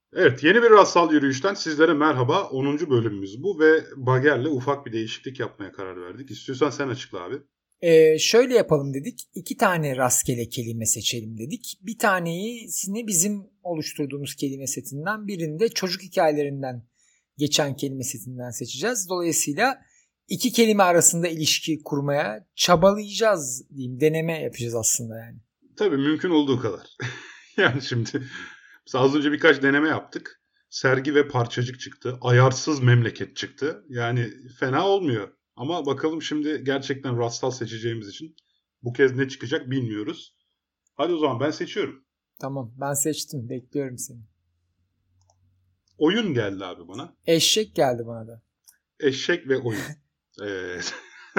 Evet, yeni bir rastsal yürüyüşten sizlere merhaba. 10. bölümümüz bu ve Bager'le ufak bir değişiklik yapmaya karar verdik. İstiyorsan sen açıkla abi. Şöyle yapalım dedik. 2 tane rastgele kelime seçelim dedik. Bir tanesini bizim oluşturduğumuz kelime setinden, birinde çocuk hikayelerinden geçen kelime setinden seçeceğiz. Dolayısıyla 2 kelime arasında ilişki kurmaya çabalayacağız diyeyim. Deneme yapacağız aslında yani. Tabii mümkün olduğu kadar. Yani şimdi biz az önce birkaç deneme yaptık. Sergi ve parçacık çıktı. Ayarsız memleket çıktı. Yani fena olmuyor. Ama bakalım şimdi gerçekten rastsal seçeceğimiz için bu kez ne çıkacak bilmiyoruz. Hadi o zaman ben seçiyorum. Tamam, ben seçtim. Bekliyorum seni. Oyun geldi abi bana. Eşek geldi bana da. Eşek ve oyun. Evet.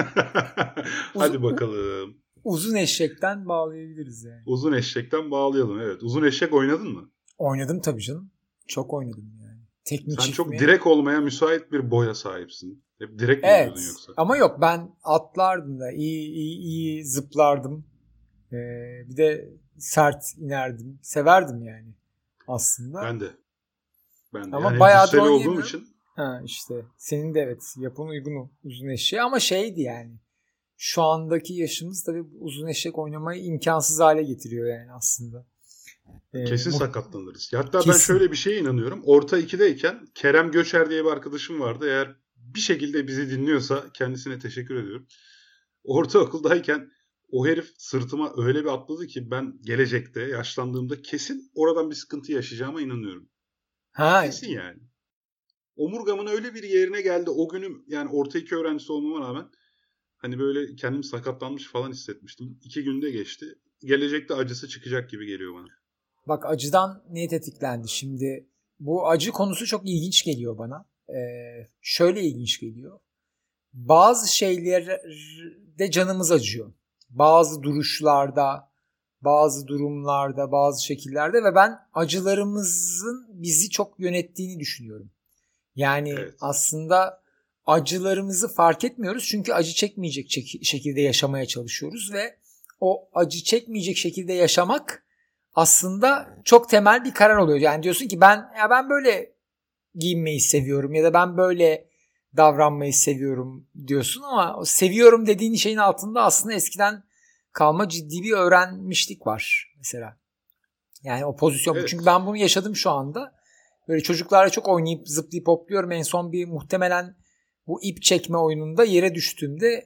Hadi bakalım. Uzun eşekten bağlayabiliriz yani. Uzun eşekten bağlayalım. Evet. Uzun eşek oynadın mı? Oynadım tabii canım. Çok oynadım yani. Tek mi Sen çift çok mi? direk olmaya müsait bir boya sahipsin. Hep direk mi oynuyordun Evet. yoksa? Ama yok, ben atlardım da iyi zıplardım. Ee, Bir de sert inerdim. Severdim yani aslında. Ben de. Ben de. Ama Yani bayağıdır cüsseli olduğum oynayamıyorum. için. Ha işte senin de evet yapın uygun uzun eşeği ama şeydi yani. Şu andaki yaşımız tabii uzun eşek oynamayı imkansız hale getiriyor yani aslında. Kesin sakatlanırız. Hatta ben Kesin. şöyle bir şeye inanıyorum. Orta 2'deyken Kerem Göçer diye bir arkadaşım vardı. Eğer bir şekilde bizi dinliyorsa kendisine teşekkür ediyorum. Ortaokuldayken o herif sırtıma öyle bir atladı ki ben gelecekte yaşlandığımda kesin oradan bir sıkıntı yaşayacağıma inanıyorum. Ha, Kesin yani. Omurgamın öyle bir yerine geldi o günüm, yani orta 2 öğrencisi olmama rağmen hani böyle kendimi sakatlanmış falan hissetmiştim. 2 günde geçti. Gelecekte acısı çıkacak gibi geliyor bana. bak acıdan ne tetiklendi şimdi. Bu acı konusu çok ilginç geliyor bana. Şöyle ilginç geliyor. Bazı şeylerde canımız acıyor. Bazı duruşlarda, bazı durumlarda, bazı şekillerde ve ben acılarımızın bizi çok yönettiğini düşünüyorum. Yani Evet. aslında acılarımızı fark etmiyoruz çünkü acı çekmeyecek şekilde yaşamaya çalışıyoruz ve o acı çekmeyecek şekilde yaşamak aslında çok temel bir karar oluyor. Yani diyorsun ki ben böyle giyinmeyi seviyorum ya da ben böyle davranmayı seviyorum diyorsun ama o seviyorum dediğin şeyin altında aslında eskiden kalma ciddi bir öğrenmişlik var mesela. Yani o pozisyon. Çünkü Evet. ben bunu yaşadım şu anda. Böyle çocuklarla çok oynayıp zıplayıp hopluyorum. En son bir muhtemelen bu ip çekme oyununda yere düştüğümde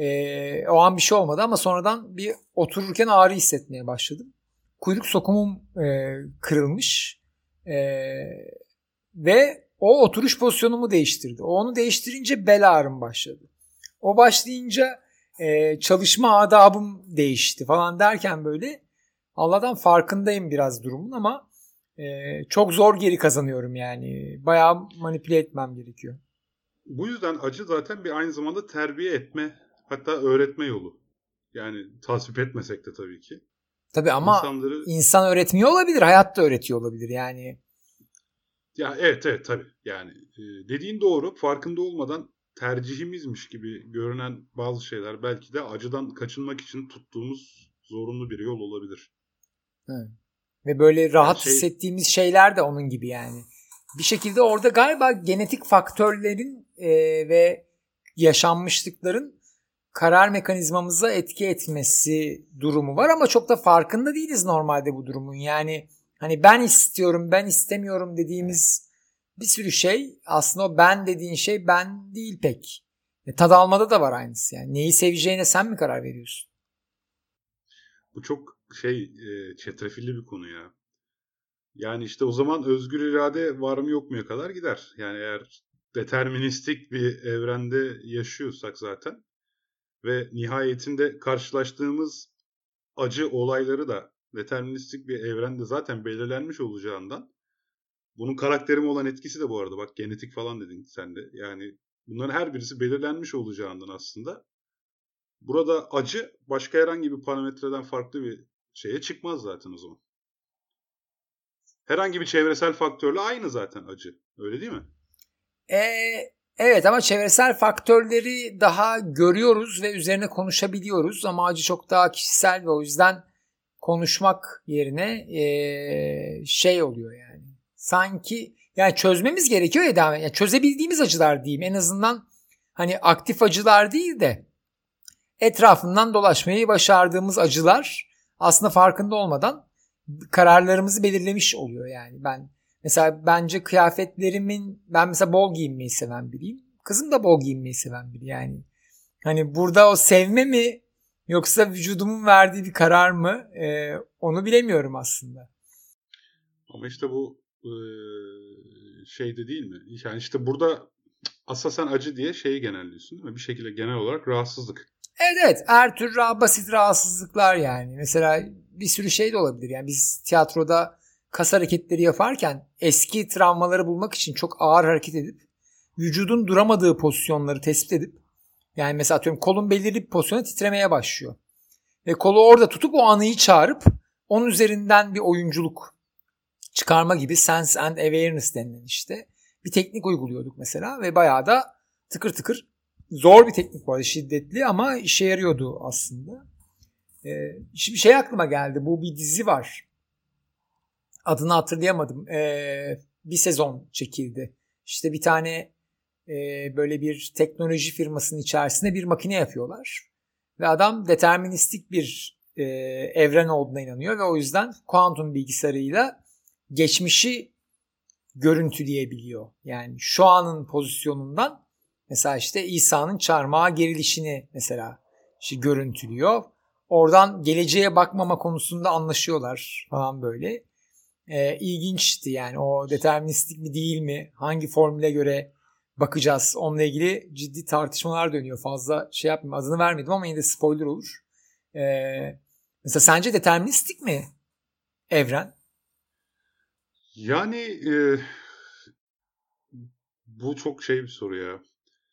o an bir şey olmadı ama sonradan bir otururken ağrı hissetmeye başladım. Kuyruk sokumum kırılmış ve o oturuş pozisyonumu değiştirdi. O onu değiştirince bel ağrım başladı. O başlayınca çalışma adabım değişti falan derken böyle Allah'tan farkındayım biraz durumun ama çok zor geri kazanıyorum yani. Bayağı manipüle etmem gerekiyor. Bu yüzden acı zaten bir aynı zamanda terbiye etme, hatta öğretme yolu. Yani tasvip etmesek de tabii ki. Tabii ama İnsanları, insan öğretmiyor olabilir, hayat da öğretiyor olabilir yani. ya evet evet tabii. Yani dediğin doğru. Farkında olmadan tercihimizmiş gibi görünen bazı şeyler belki de acıdan kaçınmak için tuttuğumuz zorunlu bir yol olabilir. Evet. Ve böyle Yani rahat şey, hissettiğimiz şeyler de onun gibi yani. Bir şekilde orada galiba genetik faktörlerin ve yaşanmışlıkların karar mekanizmamıza etki etmesi durumu var ama çok da farkında değiliz normalde bu durumun. Yani hani ben istiyorum, ben istemiyorum dediğimiz bir sürü şey aslında o ben dediğin şey ben değil pek. Tad almada da var aynısı yani. Neyi seveceğine sen mi karar veriyorsun? bu çok çetrefilli bir konu ya. Yani işte o zaman özgür irade var mı yok muya kadar gider. Yani eğer deterministik bir evrende yaşıyorsak zaten ve nihayetinde karşılaştığımız acı olayları da deterministik bir evrende zaten belirlenmiş olacağından, bunun karakterime olan etkisi de bu arada bak genetik falan dedin sen de. Yani bunların her birisi belirlenmiş olacağından aslında burada acı başka herhangi bir parametreden farklı bir şeye çıkmaz zaten o zaman. Herhangi bir çevresel faktörle aynı zaten acı. Öyle değil mi? Evet ama çevresel faktörleri daha görüyoruz ve üzerine konuşabiliyoruz ama acı çok daha kişisel ve o yüzden konuşmak yerine şey oluyor yani. sanki yani çözmemiz gerekiyor ya devam. Yani çözebildiğimiz acılar diyeyim. En azından hani aktif acılar değil de etrafından dolaşmayı başardığımız acılar aslında farkında olmadan kararlarımızı belirlemiş oluyor yani. Ben mesela bence ben mesela bol giyinmeyi seven biriyim. Kızım da bol giyinmeyi seven biri yani. Hani burada o sevme mi yoksa vücudumun verdiği bir karar mı onu bilemiyorum aslında. Ama işte bu şeyde değil mi? Yani işte burada aslında sen acı diye şeyi genelliyorsun değil mi? Bir şekilde genel olarak rahatsızlık. Evet, her tür basit rahatsızlıklar yani. Mesela bir sürü şey de olabilir. Yani biz tiyatroda kas hareketleri yaparken eski travmaları bulmak için çok ağır hareket edip vücudun duramadığı pozisyonları tespit edip yani mesela atıyorum kolun belirli bir pozisyona titremeye başlıyor. Ve kolu orada tutup o anıyı çağırıp onun üzerinden bir oyunculuk çıkarma gibi sense and awareness denilen işte bir teknik uyguluyorduk mesela ve bayağı da tıkır tıkır zor bir teknik bu arada şiddetli ama işe yarıyordu aslında. Şimdi şey aklıma geldi, bu bir dizi var. Adını hatırlayamadım. Bir sezon çekildi. İşte bir tane böyle bir teknoloji firmasının içerisinde bir makine yapıyorlar. Ve adam deterministik bir evren olduğuna inanıyor ve o yüzden kuantum bilgisayarıyla geçmişi görüntüleyebiliyor. Yani şu anın pozisyonundan mesela işte İsa'nın çarmıha gerilişini mesela işte görüntülüyor. Oradan geleceğe bakmama konusunda anlaşıyorlar falan böyle. İlginçti yani, o deterministik mi değil mi? Hangi formüle göre bakacağız? Onunla ilgili ciddi tartışmalar dönüyor. Fazla şey yapmayayım, adını vermedim ama yine de spoiler olur. Mesela sence deterministik mi evren? Yani bu çok şey bir soru ya.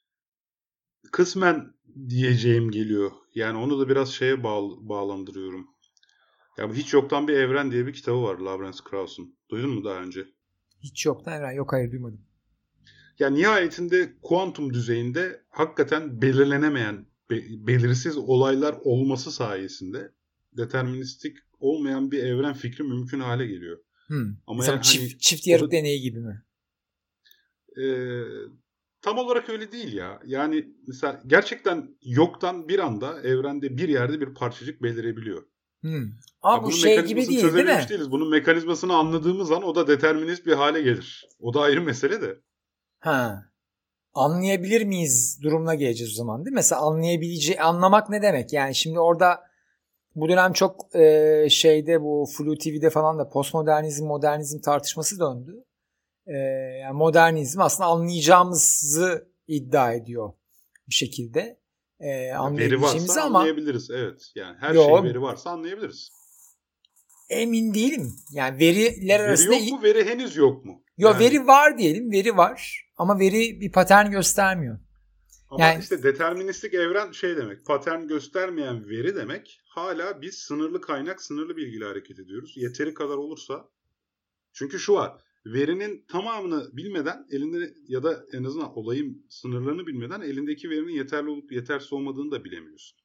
Kısmen diyeceğim geliyor. Yani onu da biraz şeye bağlandırıyorum. Ya bu Hiç Yoktan Bir Evren diye bir kitabı var Lawrence Krauss'un. Duydun mu daha önce? Hiç yoktan evren. Yok, hayır, duymadım. Yani nihayetinde kuantum düzeyinde hakikaten belirlenemeyen, belirsiz olaylar olması sayesinde deterministik olmayan bir evren fikri mümkün hale geliyor. Ama Mesela yani hani çift o yarık da deneyi gibi mi? e, tam olarak öyle değil ya. Yani mesela gerçekten yoktan bir anda evrende bir yerde bir parçacık belirebiliyor. Ama Ha, bu bunun şey gibi mekanizmasını değil, değil çözebilmiş mi? değiliz. Bunun mekanizmasını anladığımız an o da determinist bir hale gelir. O da ayrı mesele de. Ha. Anlayabilir miyiz durumuna geleceğiz o zaman, değil mi? Mesela anlamak ne demek? Yani şimdi orada bu dönem çok şeyde bu Flu TV'de falan da postmodernizm, modernizm tartışması döndü. Yani modernizm aslında anlayacağımızı iddia ediyor bir şekilde. Ya veri varsa Anlayabileceğimizi ama anlayabiliriz. Evet. Yani her şeyin yok, veri varsa anlayabiliriz. emin değilim. Yani veriler Veri arasında yok mu? Veri henüz yok mu? Yani veri var diyelim, veri var ama veri bir patern göstermiyor. ama Yani işte deterministik evren şey demek. Patern göstermeyen veri demek. Hala biz sınırlı kaynak, sınırlı bilgiyle hareket ediyoruz. Yeteri kadar olursa. Çünkü şu var. Verinin tamamını bilmeden elinde ya da en azından olayın sınırlarını bilmeden elindeki verinin yeterli olup yetersiz olmadığını da bilemiyorsun.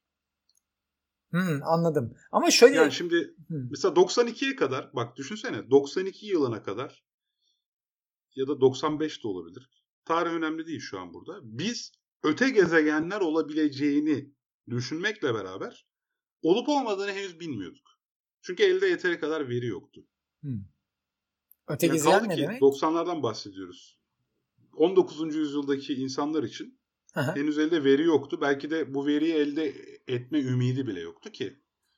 Anladım. Ama Yani şöyle şimdi mesela 92'ye kadar bak düşünsene 92 yılına kadar ya da 95 de olabilir. Tarih önemli değil şu an burada. Biz öte gezegenler olabileceğini düşünmekle beraber olup olmadığını henüz bilmiyorduk. Çünkü elde yeteri kadar veri yoktu. öte Yani gezegen kaldı ne ki demek? 90'lardan bahsediyoruz. 19. yüzyıldaki insanlar için henüz elde veri yoktu. Belki de bu veriyi elde etme ümidi bile yoktu ki.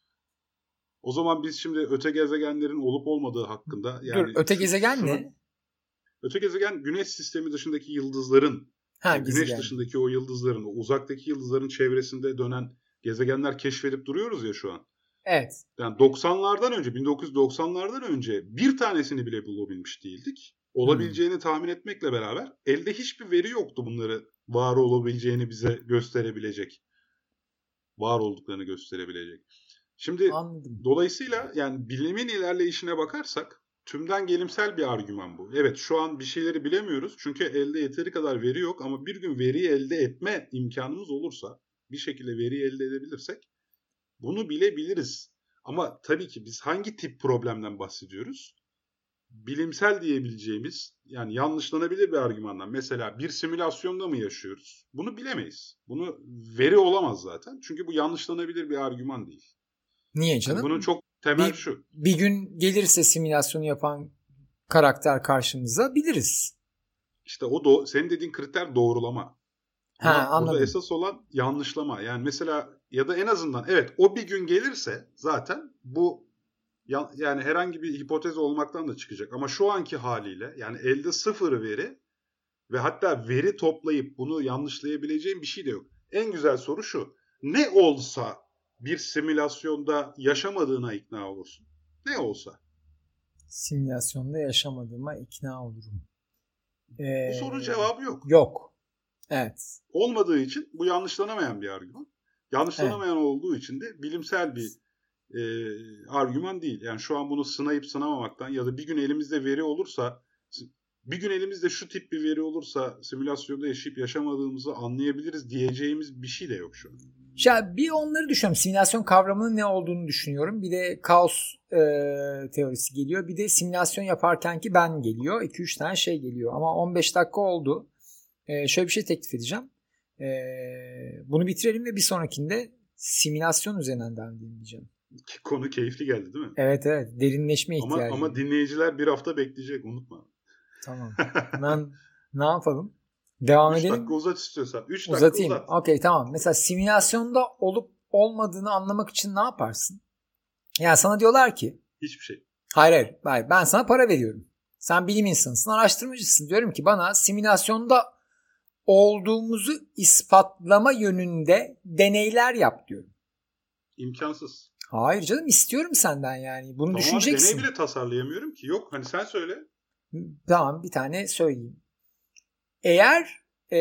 O zaman biz şimdi öte gezegenlerin olup olmadığı hakkında Dur, yani öte gezegen şunu ne? öte gezegen güneş sistemi dışındaki yıldızların Ha, güneş gezegen. dışındaki o yıldızların, o uzaktaki yıldızların çevresinde dönen gezegenler keşfedip duruyoruz ya şu an. Evet. Yani 90'lardan önce, 1990'lardan önce bir tanesini bile bulabilmiş değildik. Olabileceğini tahmin etmekle beraber elde hiçbir veri yoktu bunları var olabileceğini bize gösterebilecek. Var olduklarını gösterebilecek. Şimdi Anladım. dolayısıyla yani bilimin ilerleyişine bakarsak tümden gelimsel bir argüman bu. Evet şu an bir şeyleri bilemiyoruz çünkü elde yeteri kadar veri yok ama bir gün veriyi elde etme imkanımız olursa bir şekilde veriyi elde edebilirsek bunu bilebiliriz. Ama tabii ki biz hangi tip problemden bahsediyoruz? bilimsel diyebileceğimiz, yani yanlışlanabilir bir argümandan, mesela bir simülasyonda mı yaşıyoruz? Bunu bilemeyiz. Bunu veri olamaz zaten. Çünkü bu yanlışlanabilir bir argüman değil. Niye Yani bunun canım? çok temel şu. Bir gün gelirse simülasyonu yapan karakter karşımıza biliriz. İşte senin dediğin kriter doğrulama. Ha, Ama anladım. burada esas olan yanlışlama. Yani mesela, ya da en azından evet, o bir gün gelirse zaten bu yani herhangi bir hipotez olmaktan da çıkacak. Ama şu anki haliyle, yani elde sıfır veri ve hatta veri toplayıp bunu yanlışlayabileceğim bir şey de yok. En güzel soru şu: ne olsa bir simülasyonda yaşamadığına ikna olursun? Ne olsa? Simülasyonda yaşamadığıma ikna olurum. Bu sorunun cevabı yok. Yok. Evet. Olmadığı için bu yanlışlanamayan bir argüman. Yanlışlanamayan olduğu için de bilimsel bir argüman değil. Yani şu an bunu sınayıp sınamamaktan ya da bir gün elimizde veri olursa, bir gün elimizde şu tip bir veri olursa simülasyonda yaşayıp yaşamadığımızı anlayabiliriz diyeceğimiz bir şey de yok şu an. Ya bir onları düşünüyorum. Simülasyon kavramının ne olduğunu düşünüyorum. Bir de kaos teorisi geliyor. Bir de simülasyon yaparken ki ben geliyor. 2-3 tane şey geliyor. Ama 15 dakika oldu. Şöyle bir şey teklif edeceğim. Bunu bitirelim ve bir sonrakinde simülasyon üzerinden devam diyeceğim. Konu keyifli geldi değil mi? Evet. Derinleşme ihtiyacı. Ama dinleyiciler bir hafta bekleyecek, unutma. Tamam. Ben ne yapalım? Devam 3 edelim. 3 dakika uzat istiyorsan. 3 dakika Uzatayım. uzat. Okey, tamam. Mesela simülasyonda olup olmadığını anlamak için ne yaparsın? Yani sana diyorlar ki hiçbir şey. Hayır. Ben sana para veriyorum. Sen bilim insanısın, araştırmacısın. Diyorum ki bana simülasyonda olduğumuzu ispatlama yönünde deneyler yap diyorum. İmkansız. Hayır canım, istiyorum senden yani. Bunu tamam, düşüneceksin. Deney bile tasarlayamıyorum ki. Yok, hani sen söyle. Tamam, bir tane söyleyeyim. Eğer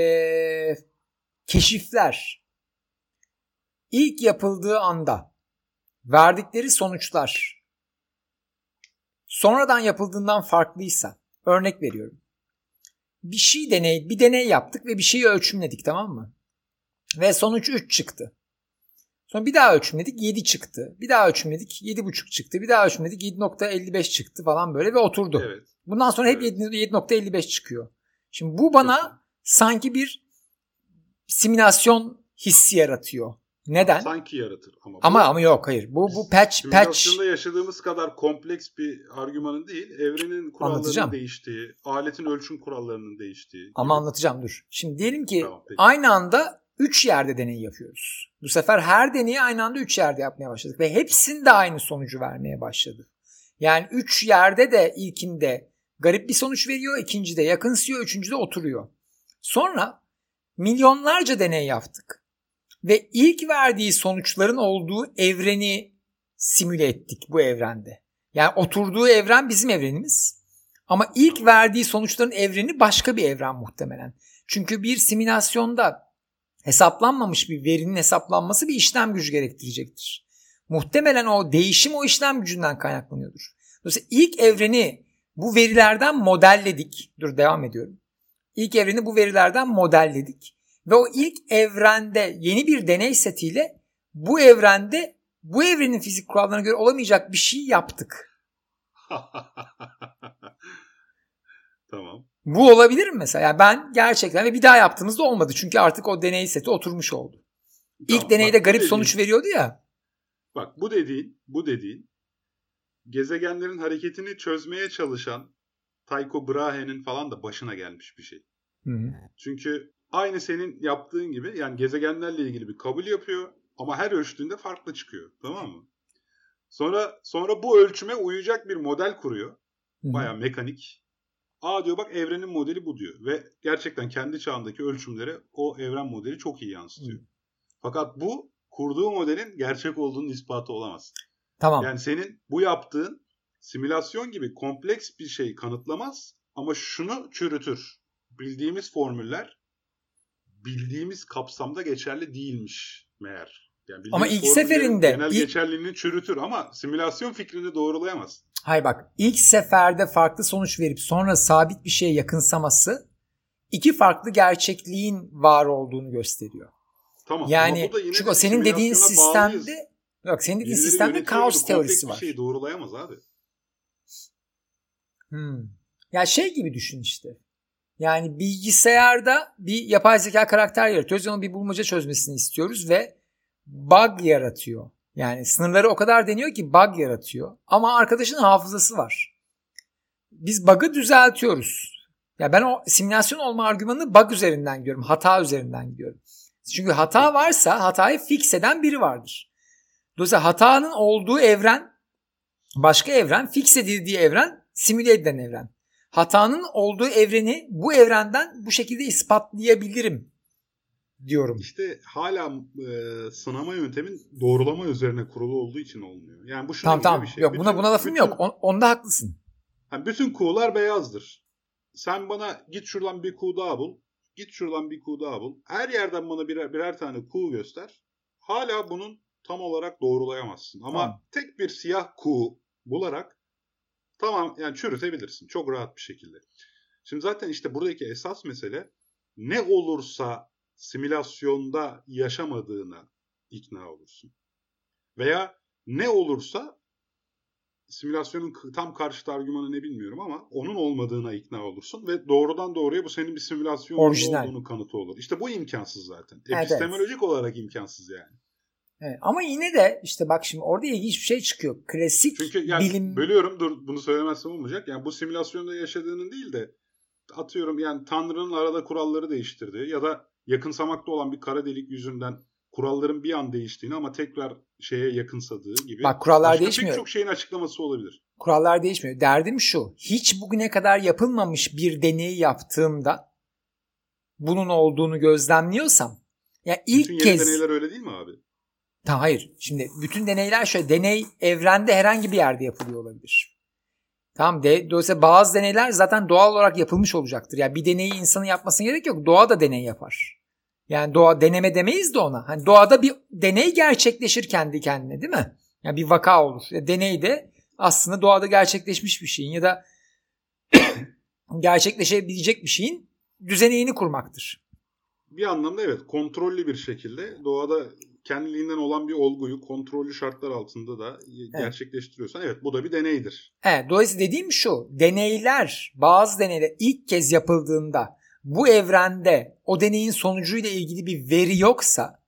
keşifler ilk yapıldığı anda verdikleri sonuçlar sonradan yapıldığından farklıysa, örnek veriyorum. Bir deney yaptık ve bir şeyi ölçümledik, tamam mı? Ve sonuç 3 çıktı. Sonra bir daha ölçümledik, 7 çıktı. Bir daha ölçümledik, 7,5 çıktı. Bir daha ölçümledik, 7,55 çıktı falan böyle ve oturdu. Evet. Bundan sonra hep 7,55 çıkıyor. Şimdi bu bana sanki bir simülasyon hissi yaratıyor. Neden? Sanki yaratır ama yok, hayır. Bu patch. Simülasyonda yaşadığımız kadar kompleks bir argümanın değil, evrenin kurallarının değiştiği, aletin ölçüm kurallarının değiştiği. Ama anlatacağım, dur. Şimdi diyelim ki aynı anda 3 yerde deney yapıyoruz. Bu sefer her deneyi aynı anda 3 yerde yapmaya başladık ve hepsinde aynı sonucu vermeye başladı. Yani 3 yerde de ilkinde garip bir sonuç veriyor, ikincide yakınsıyor, üçüncüde oturuyor. Sonra milyonlarca deney yaptık. Ve ilk verdiği sonuçların olduğu evreni simüle ettik bu evrende. Yani oturduğu evren bizim evrenimiz. Ama ilk verdiği sonuçların evreni başka bir evren muhtemelen. Çünkü bir simülasyonda hesaplanmamış bir verinin hesaplanması bir işlem gücü gerektirecektir. Muhtemelen o değişim o işlem gücünden kaynaklanıyordur. Dolayısıyla ilk evreni bu verilerden modelledik. Devam ediyorum. İlk evreni bu verilerden modelledik. Ve o ilk evrende yeni bir deney setiyle bu evrende bu evrenin fizik kurallarına göre olamayacak bir şey yaptık. Tamam. Bu olabilir mi mesela? Yani ben gerçekten ve bir daha yaptığımızda olmadı. Çünkü artık o deney seti oturmuş oldu. Tamam, İlk deneyde garip sonuç veriyordu ya. Bak, bu dediğin gezegenlerin hareketini çözmeye çalışan Tycho Brahe'nin falan da başına gelmiş bir şey. Hı-hı. Çünkü aynı senin yaptığın gibi, yani gezegenlerle ilgili bir kabul yapıyor ama her ölçtüğünde farklı çıkıyor. Tamam mı? Sonra bu ölçüme uyacak bir model kuruyor. Bayağı mekanik. Diyor, bak evrenin modeli bu diyor. Ve gerçekten kendi çağındaki ölçümlere o evren modeli çok iyi yansıtıyor. Fakat bu kurduğu modelin gerçek olduğunun ispatı olamaz. Tamam. Yani senin bu yaptığın simülasyon gibi kompleks bir şey kanıtlamaz ama şunu çürütür. Bildiğimiz formüller bildiğimiz kapsamda geçerli değilmiş meğer. Yani ama ilk seferinde genel geçerliliğini çürütür ama simülasyon fikrini doğrulayamaz. Hayır bak, ilk seferde farklı sonuç verip sonra sabit bir şeye yakınsaması iki farklı gerçekliğin var olduğunu gösteriyor. Tamam. Yani ama bu da yine çünkü senin dediğin sistemde senin dediğin sistemde kaos teorisi var. Bir şeyi doğrulayamaz abi. Ya şey gibi düşün işte. Yani bilgisayarda bir yapay zeka karakter yaratıyoruz. Onun bir bulmaca çözmesini istiyoruz ve bug yaratıyor. Yani sınırları o kadar deniyor ki bug yaratıyor. Ama arkadaşın hafızası var. Biz bug'ı düzeltiyoruz. Ya ben o simülasyon olma argümanını bug üzerinden gidiyorum. Hata üzerinden gidiyorum. Çünkü hata varsa hatayı fix eden biri vardır. Dolayısıyla hatanın olduğu evren başka evren, fix edildiği evren, simüle edilen evren. Hatanın olduğu evreni bu evrenden bu şekilde ispatlayabilirim diyorum. İşte hala sınama yöntemin doğrulama üzerine kurulu olduğu için olmuyor. Yani bu şuna tamam. bir şey. Yok, buna lafım yok. Onda haklısın. Yani bütün kuğular beyazdır. Sen bana git şuradan bir kuğu daha bul. Git şuradan bir kuğu daha bul. Her yerden bana birer tane kuğu göster. Hala bunun tam olarak doğrulayamazsın. Ama tek bir siyah kuğu bularak tamam yani çürütebilirsin. Çok rahat bir şekilde. Şimdi zaten işte buradaki esas mesele ne olursa simülasyonda yaşamadığına ikna olursun. Veya ne olursa simülasyonun tam karşıt argümanı ne bilmiyorum ama onun olmadığına ikna olursun ve doğrudan doğruya bu senin bir simülasyon olduğunu kanıtı olur. İşte bu imkansız zaten. Epistemolojik olarak imkansız yani. Evet, ama yine de işte bak şimdi orada ilginç bir şey çıkıyor. Klasik çünkü yani bilim... Bölüyorum, dur bunu söylemezsem olmayacak. Yani bu simülasyonda yaşadığının değil de atıyorum yani Tanrı'nın arada kuralları değiştirdiği ya da yakınsamakta olan bir kara delik yüzünden kuralların bir an değiştiğini ama tekrar şeye yakınsadığı gibi. Bak kurallar değişmiyor. Pek çok şeyin açıklaması olabilir. Kurallar değişmiyor. Derdim şu. Hiç bugüne kadar yapılmamış bir deney yaptığımda bunun olduğunu gözlemliyorsam ya ilk bütün kez... Bütün deneyler öyle değil mi abi? Hayır. Şimdi bütün deneyler şöyle. Deney evrende herhangi bir yerde yapılıyor olabilir. Tamam. Dolayısıyla bazı deneyler zaten doğal olarak yapılmış olacaktır. Yani bir deneyi insanın yapmasına gerek yok. Doğa da deney yapar. Yani doğa deneme demeyiz de ona. Hani doğada bir deney gerçekleşir kendi kendine değil mi? Yani bir vaka olur. Deney de aslında doğada gerçekleşmiş bir şeyin ya da gerçekleşebilecek bir şeyin düzeneğini kurmaktır. Bir anlamda evet, kontrollü bir şekilde doğada kendiliğinden olan bir olguyu kontrollü şartlar altında da gerçekleştiriyorsan evet bu da bir deneydir. Evet, dolayısıyla dediğim şu, bazı deneyler ilk kez yapıldığında bu evrende o deneyin sonucuyla ilgili bir veri yoksa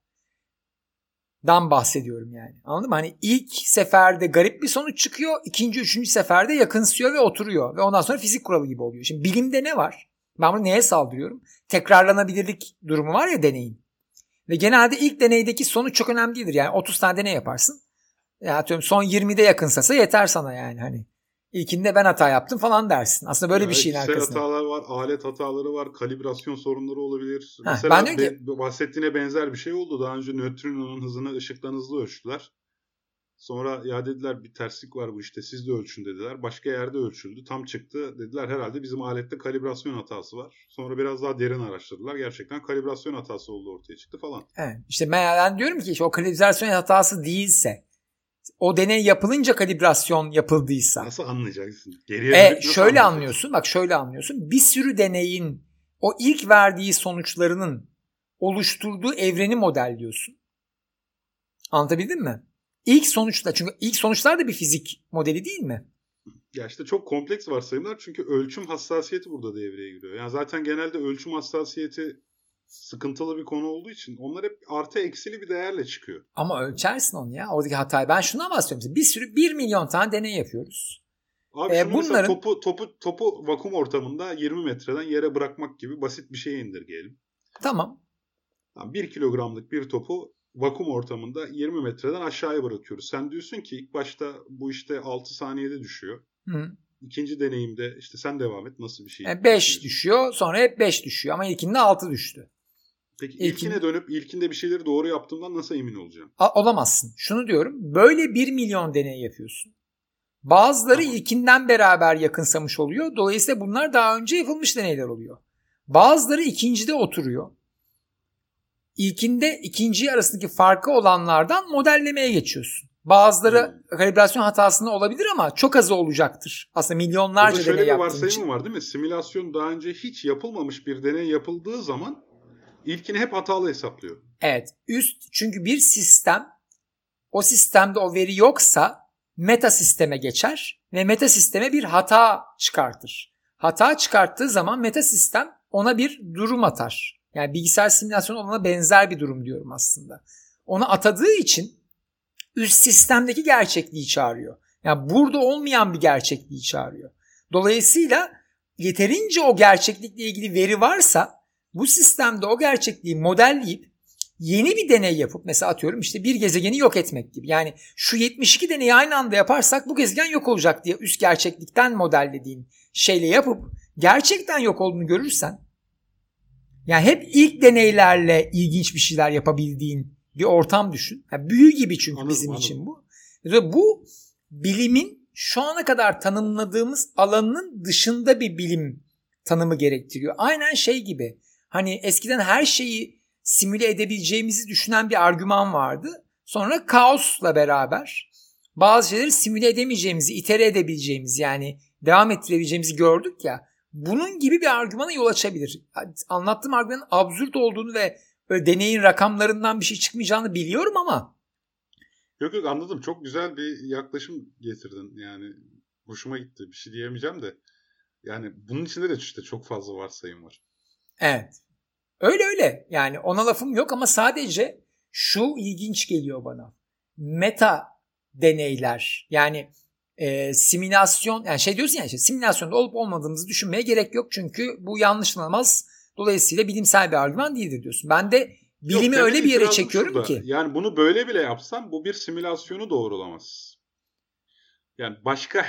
dan bahsediyorum yani. Anladın mı? Hani ilk seferde garip bir sonuç çıkıyor, ikinci, üçüncü seferde yakınsıyor ve oturuyor ve ondan sonra fizik kuralı gibi oluyor. Şimdi bilimde ne var? Ben bunu neye saldırıyorum? Tekrarlanabilirlik durumu var ya deneyin. Ve genelde ilk deneydeki sonuç çok önemli değildir. Yani 30 tane deney yaparsın. Ya atıyorum son 20'de yakınsasa yeter sana yani. Hani ilkinde ben hata yaptım falan dersin. Aslında böyle bir şeyin arkasında. Hatalar var, alet hataları var, kalibrasyon sorunları olabilir. Mesela bahsettiğine benzer bir şey oldu. Daha önce nötrinonun hızını ışıktan hızlı ölçtüler. Sonra ya dediler bir terslik var bu işte siz de ölçün dediler. Başka yerde ölçüldü. Tam çıktı dediler herhalde bizim alette kalibrasyon hatası var. Sonra biraz daha derin araştırdılar. Gerçekten kalibrasyon hatası olduğu ortaya çıktı falan. Evet. İşte ben diyorum ki o kalibrasyon hatası değilse o deney yapılınca kalibrasyon yapıldıysa. Nasıl anlayacaksın? Geriye şöyle anlıyorsun. Bak şöyle anlıyorsun. Bir sürü deneyin o ilk verdiği sonuçlarının oluşturduğu evreni modelliyorsun. Anlatabildim mi? Çünkü ilk sonuçlar da bir fizik modeli değil mi? Ya işte çok kompleks varsayımlar çünkü ölçüm hassasiyeti burada devreye giriyor. Yani zaten genelde ölçüm hassasiyeti sıkıntılı bir konu olduğu için onlar hep artı eksili bir değerle çıkıyor. Ama ölçersin onu ya. Oradaki hatayı. Ben şuna bahsediyorum. 1 milyon tane deney yapıyoruz. Abi bunların... topu vakum ortamında 20 metreden yere bırakmak gibi basit bir şeye indirgeyelim. Tamam. 1 kilogramlık bir topu vakum ortamında 20 metreden aşağıya bırakıyoruz. Sen diyorsun ki ilk başta bu işte 6 saniyede düşüyor. Hı. İkinci deneyimde işte sen devam et nasıl bir şey? 5 düşüyor sonra hep 5 düşüyor ama ilkinde 6 düştü. Peki ilkine dönüp ilkinde bir şeyleri doğru yaptığımdan nasıl emin olacağım? Olamazsın. Şunu diyorum böyle 1 milyon deney yapıyorsun. Bazıları ilkinden beraber yakınsamış oluyor. Dolayısıyla bunlar daha önce yapılmış deneyler oluyor. Bazıları ikincide oturuyor. İlkinde ikinciyi arasındaki farkı olanlardan modellemeye geçiyorsun. Bazıları kalibrasyon hatasında olabilir ama çok azı olacaktır. Aslında milyonlarca deney yaptığın için. Şöyle bir varsayım var değil mi? Simülasyon daha önce hiç yapılmamış bir deney yapıldığı zaman ilkini hep hatalı hesaplıyor. Evet. Çünkü bir sistem o sistemde o veri yoksa meta sisteme geçer ve meta sisteme bir hata çıkartır. Hata çıkarttığı zaman meta sistem ona bir durum atar. Yani bilgisayar simülasyonu ona benzer bir durum diyorum aslında. Onu atadığı için üst sistemdeki gerçekliği çağırıyor. Yani burada olmayan bir gerçekliği çağırıyor. Dolayısıyla yeterince o gerçeklikle ilgili veri varsa bu sistemde o gerçekliği modelleyip yeni bir deney yapıp mesela atıyorum işte bir gezegeni yok etmek gibi. Yani şu 72 deneyi aynı anda yaparsak bu gezegen yok olacak diye üst gerçeklikten modellediğin şeyle yapıp gerçekten yok olduğunu görürsen, yani hep ilk deneylerle ilginç bir şeyler yapabildiğin bir ortam düşün. Yani büyü gibi çünkü anladım, bizim anladım. için bu. Ve bu bilimin şu ana kadar tanımladığımız alanının dışında bir bilim tanımı gerektiriyor. Aynen şey gibi. Hani eskiden her şeyi simüle edebileceğimizi düşünen bir argüman vardı. Sonra kaosla beraber bazı şeyleri simüle edemeyeceğimizi, itere edebileceğimizi, yani devam ettirebileceğimizi gördük ya. Bunun gibi bir argümana yol açabilir. Anlattığım argümanın absürt olduğunu ve böyle deneyin rakamlarından bir şey çıkmayacağını biliyorum ama. Yok anladım. Çok güzel bir yaklaşım getirdin. Yani hoşuma gitti. Bir şey diyemeyeceğim de. Yani bunun içinde de işte çok fazla varsayım var. Evet. Öyle. Yani ona lafım yok ama sadece şu ilginç geliyor bana. Meta deneyler, yani simülasyon, yani şey diyorsun ya işte simülasyonda olup olmadığımızı düşünmeye gerek yok çünkü bu yanlışlanamaz, dolayısıyla bilimsel bir argüman değildir diyorsun. Ben de bilimi Yok, öyle bir yere itirazım çekiyorum şurada. ki. Yani bunu böyle bile yapsam bu bir simülasyonu doğrulamaz. Yani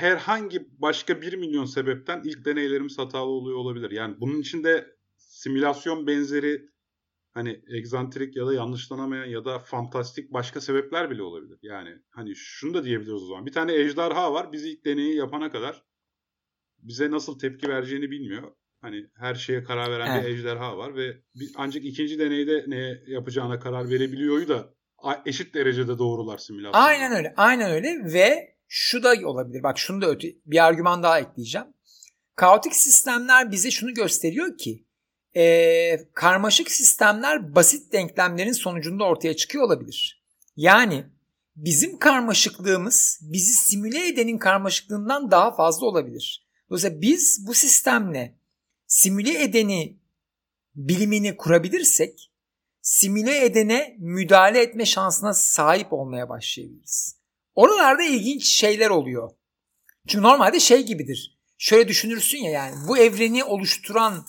başka 1 milyon sebepten ilk deneylerimiz hatalı oluyor olabilir. Yani bunun içinde simülasyon benzeri hani egzantrik ya da yanlışlanamayan ya da fantastik başka sebepler bile olabilir. Yani hani şunu da diyebiliriz o zaman. Bir tane ejderha var. Biz ilk deneyi yapana kadar bize nasıl tepki vereceğini bilmiyor. Hani her şeye karar veren bir ejderha var ve ancak ikinci deneyde ne yapacağına karar verebiliyor da eşit derecede doğrular simülasyonu. Aynen öyle ve şu da olabilir. Bak şunu da bir argüman daha ekleyeceğim. Kaotik sistemler bize şunu gösteriyor ki karmaşık sistemler basit denklemlerin sonucunda ortaya çıkıyor olabilir. Yani bizim karmaşıklığımız bizi simüle edenin karmaşıklığından daha fazla olabilir. Dolayısıyla biz bu sistemle simüle edeni bilimini kurabilirsek simüle edene müdahale etme şansına sahip olmaya başlayabiliriz. Oralarda ilginç şeyler oluyor. Çünkü normalde şey gibidir. Şöyle düşünürsün ya, yani bu evreni oluşturan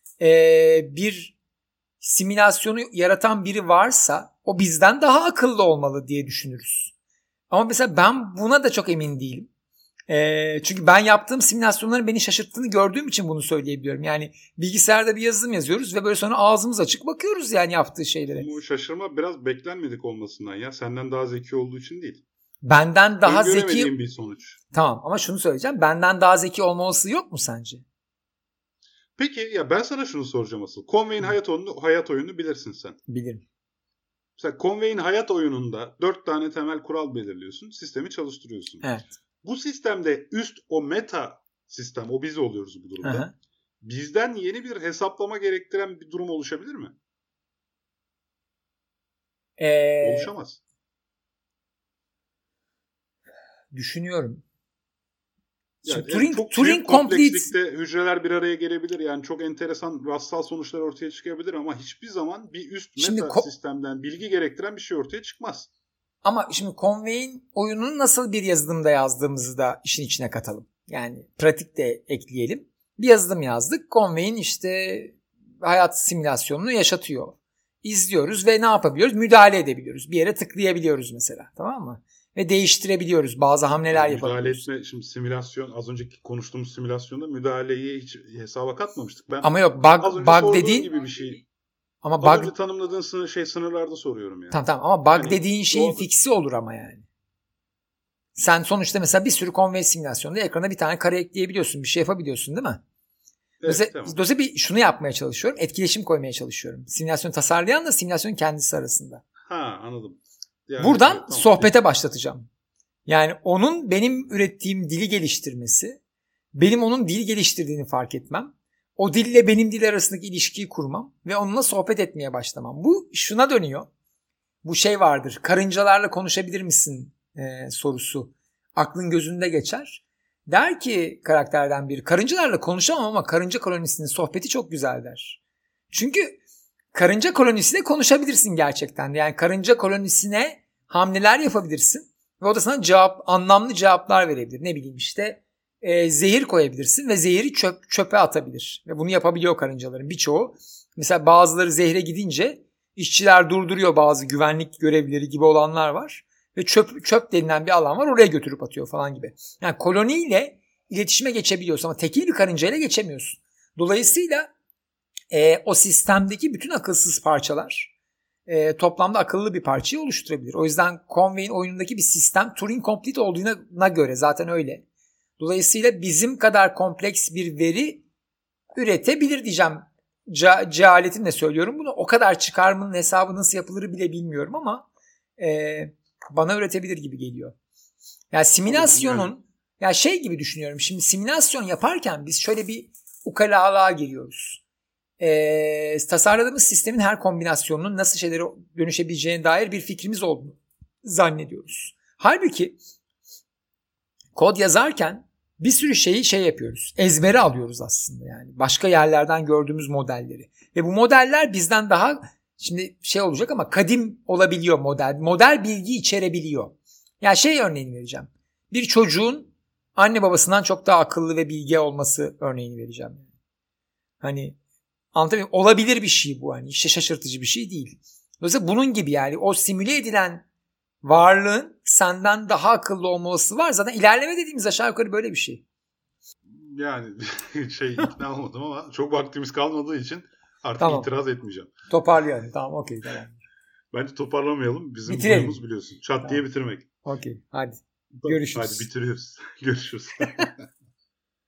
bir simülasyonu yaratan biri varsa o bizden daha akıllı olmalı diye düşünürüz. Ama mesela ben buna da çok emin değilim. Çünkü ben yaptığım simülasyonların beni şaşırttığını gördüğüm için bunu söyleyebiliyorum. Yani bilgisayarda bir yazılım yazıyoruz ve böyle sonra ağzımız açık bakıyoruz yani yaptığı şeylere. Bu şaşırma biraz beklenmedik olmasından ya. Senden daha zeki olduğu için değil. Benden daha zeki... bir sonuç. Tamam ama şunu söyleyeceğim. Benden daha zeki olma olasılığı yok mu sence? Peki ya ben sana şunu soracağım asıl. Conway'in hayat oyununu bilirsin sen. Bilirim. Mesela Conway'in hayat oyununda 4 tane temel kural belirliyorsun. Sistemi çalıştırıyorsun. Evet. Bu sistemde o meta sistem, o biz oluyoruz bu durumda. Hı-hı. Bizden yeni bir hesaplama gerektiren bir durum oluşabilir mi? Oluşamaz. Düşünüyorum. Yani çok büyük komplekslikte hücreler bir araya gelebilir. Yani çok enteresan rastsal sonuçlar ortaya çıkabilir ama hiçbir zaman bir üst meta sistemden bilgi gerektiren bir şey ortaya çıkmaz. Ama şimdi Conway'in oyununu nasıl bir yazılımda yazdığımızı da işin içine katalım. Yani pratik de ekleyelim. Bir yazılım yazdık. Conway'in işte hayat simülasyonunu yaşatıyor. İzliyoruz ve ne yapabiliyoruz? Müdahale edebiliyoruz. Bir yere tıklayabiliyoruz mesela. Tamam mı? Ve değiştirebiliyoruz. Bazı hamleler yapabiliyoruz. Müdahale etme, şimdi simülasyon, az önceki konuştuğumuz simülasyonda müdahaleyi hiç hesaba katmamıştık. Ama yok bug dediğin gibi bir şey. Ama az önce tanımladığın sınırlarda soruyorum yani. Tamam ama bug yani, dediğin şeyin fiksi olur ama yani. Sen sonuçta mesela bir sürü Conway simülasyonda ekrana bir tane kare ekleyebiliyorsun. Bir şey yapabiliyorsun değil mi? Evet, dolayısıyla bir şunu yapmaya çalışıyorum. Etkileşim koymaya çalışıyorum. Simülasyonu tasarlayanla simülasyonun kendisi arasında. Anladım. Yani, buradan tamam, sohbete başlatacağım. Yani onun benim ürettiğim dili geliştirmesi, benim onun dil geliştirdiğini fark etmem, o dille benim dil arasındaki ilişkiyi kurmam ve onunla sohbet etmeye başlamam. Bu şuna dönüyor. Bu şey vardır. Karıncalarla konuşabilir misin sorusu. Aklın gözünde geçer. Der ki karakterden biri, karıncalarla konuşamam ama karınca kolonisinin sohbeti çok güzel der. Çünkü karınca kolonisiyle konuşabilirsin gerçekten. Yani karınca kolonisine hamleler yapabilirsin. Ve o da sana anlamlı cevaplar verebilir. Ne bileyim işte zehir koyabilirsin ve zehri çöpe atabilir. Ve bunu yapabiliyor karıncaların birçoğu. Mesela bazıları zehre gidince işçiler durduruyor, bazı güvenlik görevlileri gibi olanlar var. Ve çöp denilen bir alan var, oraya götürüp atıyor falan gibi. Yani koloniyle iletişime geçebiliyorsun ama tekil bir karıncayla geçemiyorsun. Dolayısıyla o sistemdeki bütün akılsız parçalar toplamda akıllı bir parçayı oluşturabilir. O yüzden Conway'in oyunundaki bir sistem Turing Complete olduğuna göre zaten öyle. Dolayısıyla bizim kadar kompleks bir veri üretebilir diyeceğim. Cehaletimle söylüyorum bunu. O kadar çıkarımın hesabı nasıl yapılır bile bilmiyorum ama bana üretebilir gibi geliyor. Yani simülasyonun, ya şey gibi düşünüyorum. Şimdi simülasyon yaparken biz şöyle bir ukalalığa giriyoruz. Tasarladığımız sistemin her kombinasyonunun nasıl şeylere dönüşebileceğine dair bir fikrimiz olduğunu zannediyoruz. Halbuki kod yazarken bir sürü şeyi yapıyoruz. Ezbere alıyoruz aslında yani. Başka yerlerden gördüğümüz modelleri. Ve bu modeller bizden daha şimdi olacak ama kadim olabiliyor model. Model bilgi içerebiliyor. Yani örneğini vereceğim. Bir çocuğun anne babasından çok daha akıllı ve bilge olması örneğini vereceğim. Hani anlatabiliyor muyum? Olabilir bir şey bu. Hani işte şaşırtıcı bir şey değil. Dolayısıyla bunun gibi yani o simüle edilen varlığın senden daha akıllı olması var. Zaten ilerleme dediğimiz aşağı yukarı böyle bir şey. Yani ikna olmadım ama çok vaktimiz kalmadığı için artık tamam. itiraz etmeyeceğim. Toparlayalım. Tamam, okey, tamam. Bence toparlamayalım. Bizim bitirelim. huyumuz biliyorsun. Çat diye bitirmek. Okey, hadi. Görüşürüz. Hadi bitiriyoruz. Görüşürüz.